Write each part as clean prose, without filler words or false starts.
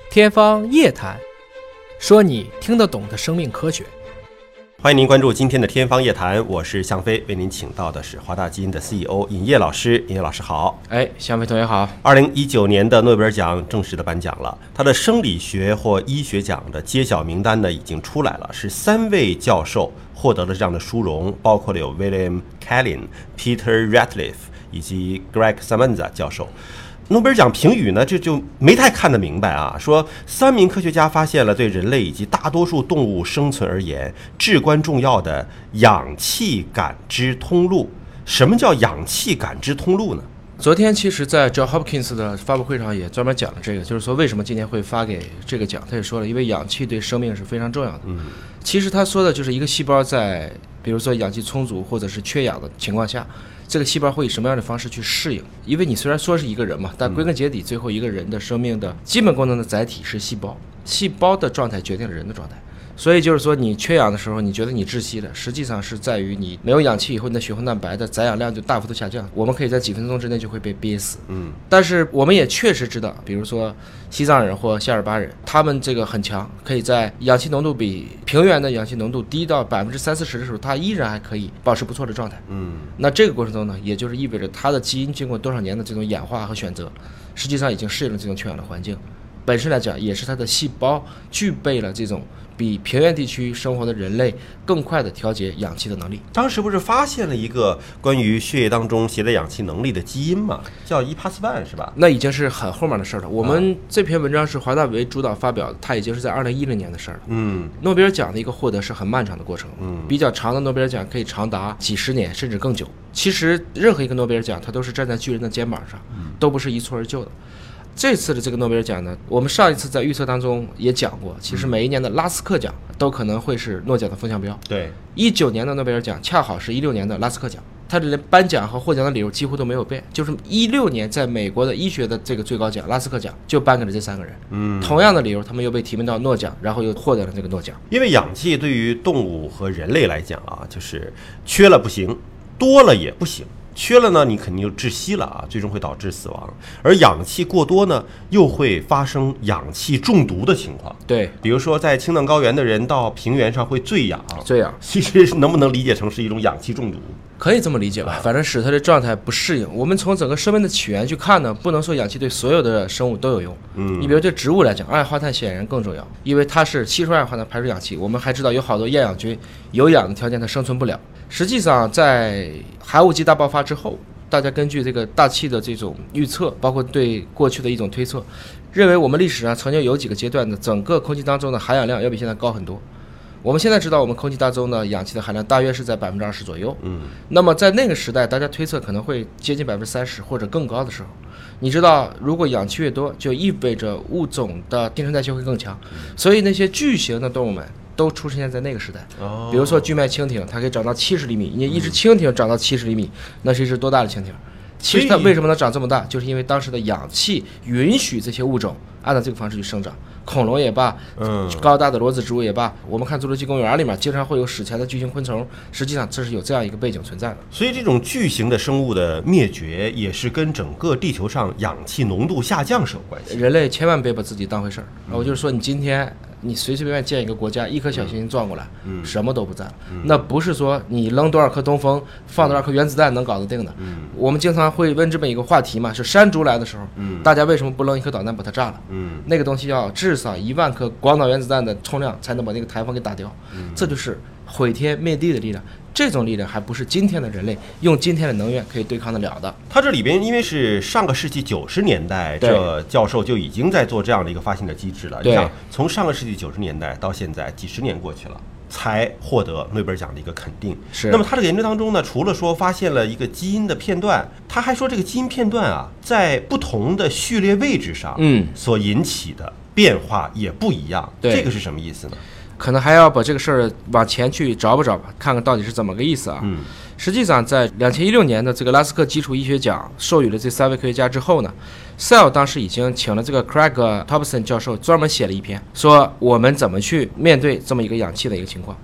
天方夜谭，说你听得懂的生命科学。 欢迎您关注今天的天方夜谭，我是向飞，为您请到的是华大基因的 CEO 尹烨老师。尹烨老师好。 向飞同学好。 2019年的诺贝尔奖正式的颁奖了，他的生理学或医学奖的揭晓名单呢已经出来了，是3位教授获得了这样的殊荣，包括了有 William Kaelin、Peter Ratliff 以及 Greg Semenza 教授。诺贝尔奖评语呢，这就没太看得明白啊。说3名科学家发现了对人类以及大多数动物生存而言至关重要的氧气感知通路。什么叫氧气感知通路呢？ 昨天其实在 John Hopkins 的发布会上也专门讲了这个，就是说为什么今年会发给这个奖。他也说了，因为氧气对生命是非常重要的。其实他说的就是一个细胞在比如说氧气充足或者是缺氧的情况下，这个细胞会以什么样的方式去适应。因为你虽然说是一个人嘛，但归根结底最后一个人的生命的基本功能的载体是细胞，细胞的状态决定了人的状态。所以就是说你缺氧的时候你觉得你窒息了，实际上是在于你没有氧气以后，你的血红蛋白的载氧量就大幅度下降，我们可以在几分钟之内就会被憋死。但是我们也确实知道，比如说西藏人或夏尔巴人，他们这个很强，可以在氧气浓度比平原的氧气浓度低到30-40%的时候，他依然还可以保持不错的状态。那这个过程中呢，也就是意味着他的基因经过多少年的这种演化和选择，实际上已经适应了这种缺氧的环境。本身来讲，也是他的细胞具备了这种比平原地区生活的人类更快的调节氧气的能力。 当时不是发现了一个关于血液当中携带氧气能力的基因吗？叫 EPAS1 是吧？ 那已经是很后面的事了。我们这篇文章是华大为主导发表的，它已经是在2010年的事了。诺贝尔奖的一个获得是很漫长的过程。比较长的诺贝尔奖可以长达几十年甚至更久。其实任何一个诺贝尔奖它都是站在巨人的肩膀上，都不是一蹴而就的。这次的这个诺贝尔奖呢，我们上一次在预测当中也讲过，其实每一年的拉斯克奖都可能会是诺奖的风向标。 对 ，19年的诺贝尔奖恰好是16年的拉斯克奖，它的颁奖和获奖的理由几乎都没有变，就是16年在美国的医学的这个最高奖拉斯克奖就颁给了这3个人。同样的理由，他们又被提名到诺奖，然后又获得了这个诺奖。 因为氧气对于动物和人类来讲啊，就是缺了不行，多了也不行。缺了呢，你肯定就窒息了啊，最终会导致死亡。而氧气过多呢，又会发生氧气中毒的情况。 对， 比如说在青藏高原的人到平原上会醉氧。其实能不能理解成是一种氧气中毒？ 可以这么理解吧，反正使它的状态不适应。我们从整个生命的起源去看呢，不能说氧气对所有的生物都有用。你比如对植物来讲，二氧化碳显然更重要，因为它是吸收二氧化碳排出氧气。我们还知道有好多厌氧菌有氧的条件它生存不了。实际上在寒武纪大爆发之后，大家根据这个大气的这种预测，包括对过去的一种推测，认为我们历史上曾经有几个阶段的整个空气当中的含氧量要比现在高很多。我们现在知道我们空气当中的氧气的含量大约是在20%左右。那么在那个时代大家推测可能会接近30%或者更高的时候，你知道如果氧气越多，就意味着物种的新陈代谢会更强，所以那些巨型的动物们都出现在那个时代。比如说巨脉蜻蜓，它可以长到70厘米。你一只蜻蜓长到70厘米，那是一只多大的蜻蜓？其实它为什么能长这么大，就是因为当时的氧气允许这些物种按照这个方式去生长。恐龙也罢，高大的裸子植物也罢，我们看侏罗纪公园里面经常会有史前的巨型昆虫，实际上这是有这样一个背景存在的。 所以这种巨型的生物的灭绝也是跟整个地球上氧气浓度下降是有关系。 人类千万别把自己当回事儿。我就是说，你今天你随随便便建一个国家，一颗小行星撞过来，什么都不在了。那不是说你扔多少颗东风，放多少颗原子弹能搞得定的。我们经常会问这么一个话题嘛，是山竹来的时候，大家为什么不扔一颗导弹把它炸了？那个东西要至少1万颗广岛原子弹的冲量才能把那个台风给打掉。这就是毁天灭地的力量。这种力量还不是今天的人类用今天的能源可以对抗得了的。 它这里边因为是上个世纪90年代，这教授就已经在做这样的一个发现的机制了。你想，从上个世纪90年代到现在几十年过去了，才获得诺贝尔奖的一个肯定。那么他这个研究当中呢，除了说发现了一个基因的片段，他还说这个基因片段啊，在不同的序列位置上，所引起的变化也不一样。这个是什么意思呢？ 可能还要把这个事儿往前去找吧，看看到底是怎么个意思啊。实际上在2016年的这个拉斯克基础医学奖授予了这3位科学家之后呢， Cell 当时已经请了这个 Craig Thompson 教授专门写了一篇，说我们怎么去面对这么一个氧气的一个情况。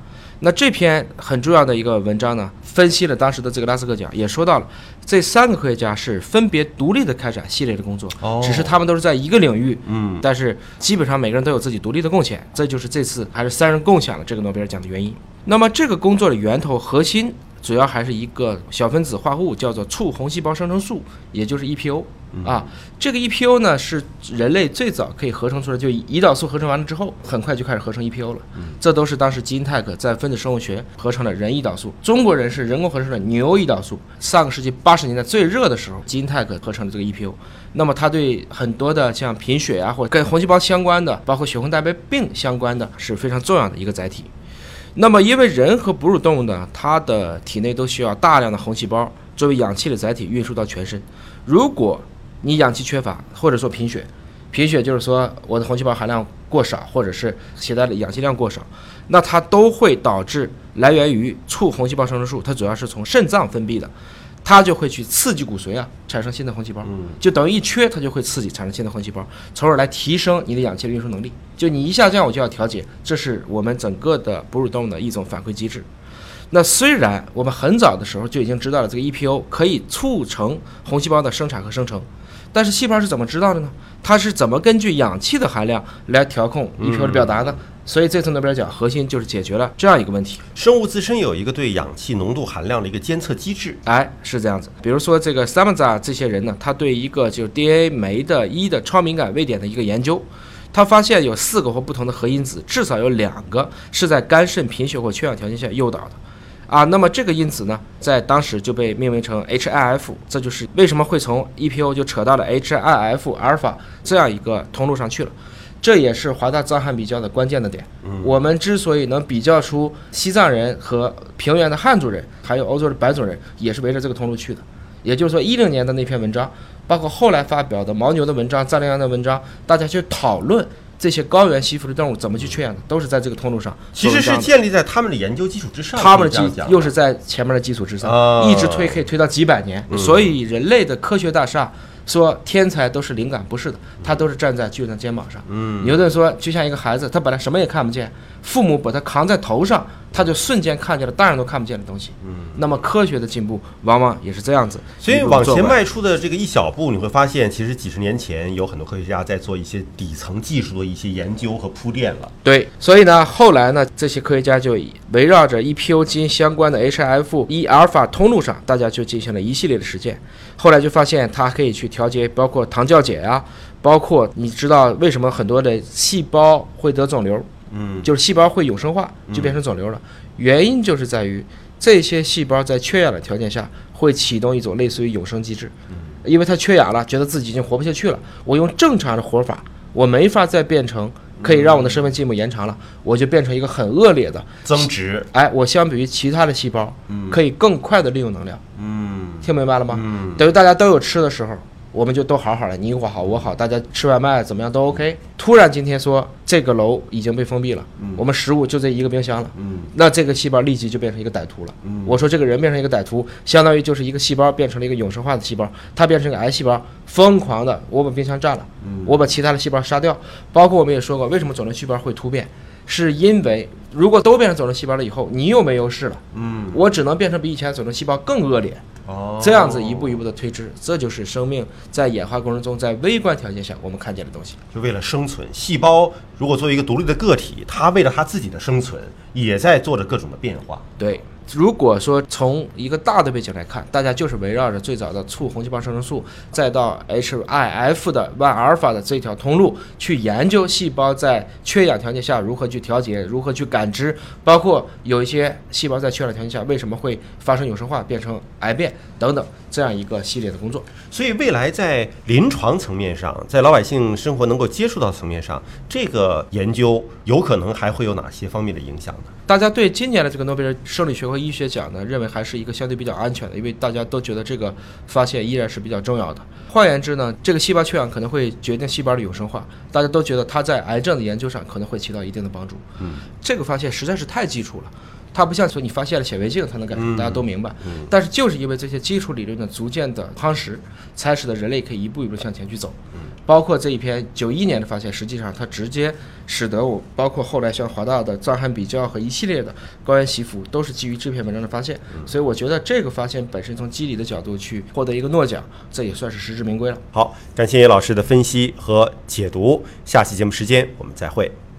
那这篇很重要的一个文章呢，分析了当时的这个拉斯克奖，也说到了这3个科学家是分别独立的开展系列的工作，只是他们都是在一个领域，但是基本上每个人都有自己独立的贡献，这就是这次还是3人共享了这个诺贝尔奖的原因。那么这个工作的源头核心主要还是一个小分子化合物，叫做促红细胞生成素，也就是 EPO 啊。这个 EPO 呢是人类最早可以合成出来，就胰岛素合成完了之后，很快就开始合成 EPO 了。这都是当时基因泰克在分子生物学合成的人胰岛素，中国人是人工合成的牛胰岛素。上个世纪80年代最热的时候，基因泰克合成的这个 EPO， 那么它对很多的像贫血啊，或者跟红细胞相关的，包括血红蛋白病相关的，是非常重要的一个载体。那么因为人和哺乳动物呢，它的体内都需要大量的红细胞作为氧气的载体运输到全身。如果你氧气缺乏，或者说贫血就是说我的红细胞含量过少，或者是携带的氧气量过少，那它都会导致来源于促红细胞生成素，它主要是从肾脏分泌的，它就会去刺激骨髓啊，产生新的红细胞，就等于一缺它就会刺激产生新的红细胞，从而来提升你的氧气的运输能力。就你一下降我就要调节，这是我们整个的哺乳动物的一种反馈机制。那虽然我们很早的时候就已经知道了这个 EPO 可以促成红细胞的生产和生成，但是细胞是怎么知道的呢？它是怎么根据氧气的含量来调控 EPO 的表达呢？所以这次诺贝尔奖核心就是解决了这样一个问题。 生物自身有一个对氧气浓度含量的一个监测机制， 是这样子。比如说这个 Samanza 这些人呢，他对一个就是 DNA 酶的1的超敏感位点的一个研究，他发现有4个或不同的核因子，至少有2个是在肝肾贫血或缺氧条件下诱导的。那么这个因子呢，在当时就被命名成 HIF， 这就是为什么会从 EPO 就扯到了 HIF 阿尔法这样一个通路上去了。这也是华大藏汉比较的关键的点。我们之所以能比较出西藏人和平原的汉族人，还有欧洲的白种人，也是围着这个通路去的。也就是说，10年的那篇文章，包括后来发表的牦牛的文章、藏羚羊的文章，大家去讨论这些高原吸附的动物怎么去缺氧的，都是在这个通路上。 其实是建立在他们的研究基础之上， 他们的又是在前面的基础之上，一直推可以推到几百年。所以人类的科学大厦说天才都是灵感，不是的，他都是站在巨人的肩膀上。牛顿说，就像一个孩子，他本来什么也看不见，父母把他扛在头上，他就瞬间看见了大人都看不见的东西。那么科学的进步往往也是这样子。 所以往前迈出的这个一小步，你会发现，其实几十年前有很多科学家在做一些底层技术的一些研究和铺垫了。 对，所以呢，后来呢，这些科学家就围绕着 EPO 基因相关的 HIF 阿尔法通路上，大家就进行了一系列的实践。后来就发现它可以去调节包括糖酵解啊，包括你知道为什么很多的细胞会得肿瘤，就是细胞会永生化就变成肿瘤了，原因就是在于这些细胞在缺氧的条件下会启动一种类似于永生机制，因为它缺氧了，觉得自己已经活不下去了，我用正常的活法，我没法再变成可以让我的生命进一步延长了，我就变成一个很恶劣的增值。 我相比于其他的细胞，可以更快的利用能量。听明白了吗？等于大家都有吃的时候，我们就都好好的，你我好我好，大家吃外卖怎么样都 OK。突然今天说这个楼已经被封闭了，我们食物就这一个冰箱了，那这个细胞立即就变成一个歹徒了。我说这个人变成一个歹徒，相当于就是一个细胞变成了一个永生化的细胞，它变成一个癌细胞，疯狂的我把冰箱占了，我把其他的细胞杀掉。包括我们也说过，为什么肿瘤细胞会突变，是因为如果都变成肿瘤细胞了以后，你又没优势了，我只能变成比以前肿瘤细胞更恶劣。这样子一步一步的推知，这就是生命在演化过程中在微观条件下我们看见的东西。 就为了生存，细胞如果作为一个独立的个体，它为了它自己的生存也在做着各种的变化。 对，如果说从一个大的背景来看，大家就是围绕着最早的促红细胞生成素，再到 HIF 的1阿尔法的这条通路去研究细胞在缺氧条件下如何去调节，如何去感知，包括有一些细胞在缺氧条件下为什么会发生永生化变成癌变等等，这样一个系列的工作。 所以未来在临床层面上，在老百姓生活能够接触到层面上，这个研究有可能还会有哪些方面的影响呢？ 大家对今年的这个诺贝尔生理学和医学奖呢，认为还是一个相对比较安全的，因为大家都觉得这个发现依然是比较重要的。换言之呢，这个细胞缺氧可能会决定细胞的永生化，大家都觉得它在癌症的研究上可能会起到一定的帮助。这个发现实在是太基础了，它不像说你发现了显微镜才能改善，大家都明白。但是就是因为这些基础理论的逐渐的夯实，才使得人类可以一步一步向前去走。 包括这一篇91年的发现，实际上它直接使得我包括后来像华大的藏汉比较和一系列的高原习服都是基于这篇文章的发现，所以我觉得这个发现本身从机理的角度去获得一个诺奖，这也算是实至名归了。 好，感谢叶老师的分析和解读，下期节目时间我们再会。